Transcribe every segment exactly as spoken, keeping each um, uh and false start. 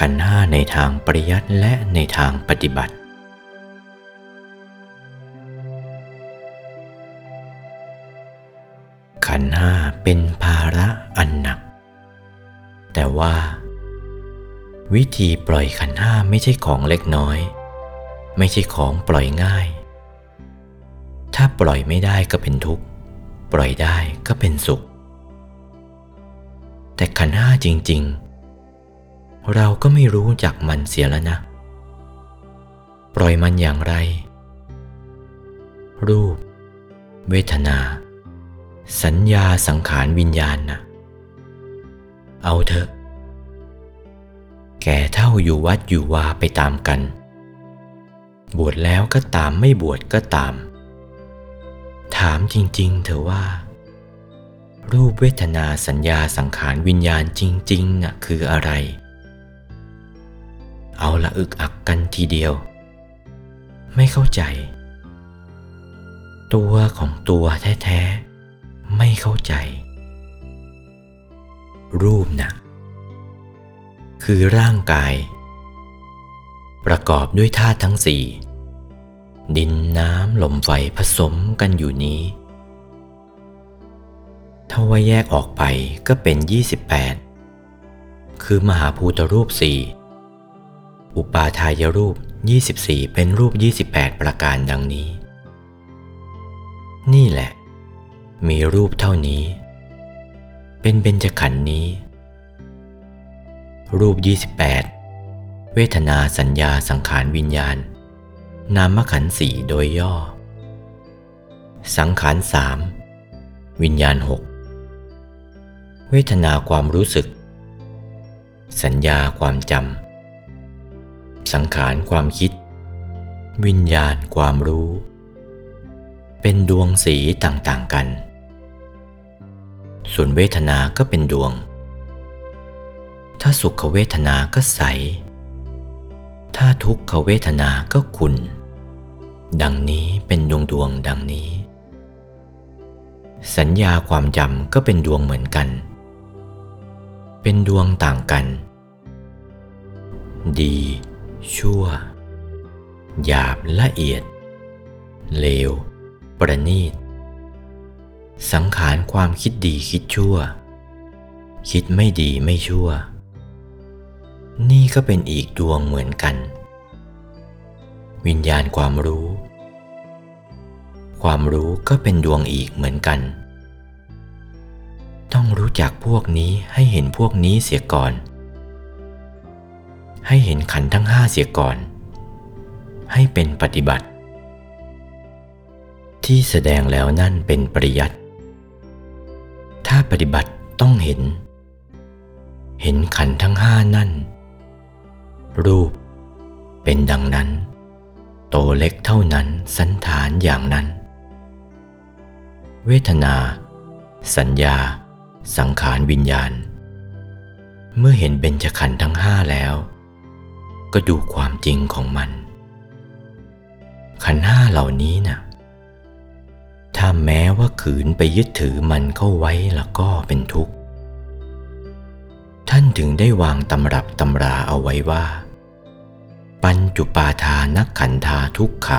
ขันธ์ห้าในทางปริยัติและในทางปฏิบัติขันธ์ห้าเป็นภาระอันหนักแต่ว่าวิธีปล่อยขันธ์ห้าไม่ใช่ของเล็กน้อยไม่ใช่ของปล่อยง่ายถ้าปล่อยไม่ได้ก็เป็นทุกข์ปล่อยได้ก็เป็นสุขแต่ขันธ์ห้าจริงๆเราก็ไม่รู้จักมันเสียแล้วนะปล่อยมันอย่างไรรูปเวทนาสัญญาสังขารวิญญาณนะเอาเถอะแก่เท่าอยู่วัดอยู่วาไปตามกันบวชแล้วก็ตามไม่บวชก็ตามถามจริงๆเถอะว่ารูปเวทนาสัญญาสังขารวิญญาณจริงๆน่ะคืออะไรเอาละอึกอักกันทีเดียวไม่เข้าใจตัวของตัวแท้ๆไม่เข้าใจรูปน่ะคือร่างกายประกอบด้วยธาตุทั้งสี่ดินน้ำลมไฟผสมกันอยู่นี้ถ้าว่าแยกออกไปก็เป็นยี่สิบแปดคือมหาภูตรูปสี่อุปาทายรูปยี่สิบสี่เป็นรูปยี่สิบแปดประการดังนี้นี่แหละมีรูปเท่านี้เป็นเบญจขันธ์นี้รูปยี่สิบแปดเวทนาสัญญาสังขารวิญญาณนามขันธ์สี่โดยย่อสังขารสามวิญญาณหกเวทนาความรู้สึกสัญญาความจำสังขารความคิดวิญญาณความรู้เป็นดวงสีต่างๆกันส่วนเวทนาก็เป็นดวงถ้าสุขเวทนาก็ใสถ้าทุกขเวทนาก็ขุ่นดังนี้เป็นดวงดวงดังนี้สัญญาความจำก็เป็นดวงเหมือนกันเป็นดวงต่างกันดีชั่วหยาบละเอียดเลวประณีตสังขารความคิดดีคิดชั่วคิดไม่ดีไม่ชั่วนี่ก็เป็นอีกดวงเหมือนกันวิญญาณความรู้ความรู้ก็เป็นดวงอีกเหมือนกันต้องรู้จักพวกนี้ให้เห็นพวกนี้เสียก่อนให้เห็นขันธ์ทั้งห้าเสียก่อนให้เป็นปฏิบัติที่แสดงแล้วนั่นเป็นปริยัติถ้าปฏิบัติต้องเห็นเห็นขันธ์ทั้งห้านั่นรูปเป็นดังนั้นโตเล็กเท่านั้นสันฐานอย่างนั้นเวทนาสัญญาสังขารวิญญาณเมื่อเห็นเบญจขันธ์ทั้งห้าแล้วก็ดูความจริงของมันขันธ์ห้าเหล่านี้น่ะถ้าแม้ว่าขืนไปยึดถือมันเข้าไว้แล้วก็เป็นทุกข์ท่านถึงได้วางตำรับตำราเอาไว้ว่าปัญจุปาทานขันธาทุกขา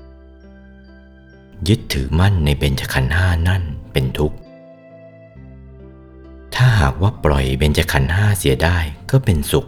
ยึดถือมั่นในเบญจขันธ์ห้านั่นเป็นทุกข์ถ้าหากว่าปล่อยเบญจขันธ์ห้าเสียได้ก็เป็นสุข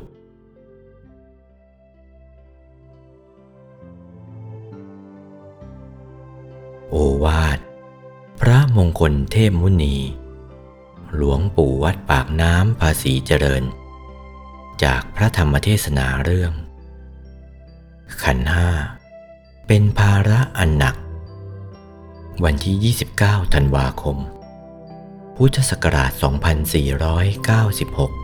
โอวาทพระมงคลเทพมุนีหลวงปู่วัดปากน้ำภาษีเจริญจากพระธรรมเทศนาเรื่องขันธ์ห้าเป็นภาระอันหนักวันที่ยี่สิบเก้าธันวาคมพุทธศักราชสองพันสี่ร้อยเก้าสิบหก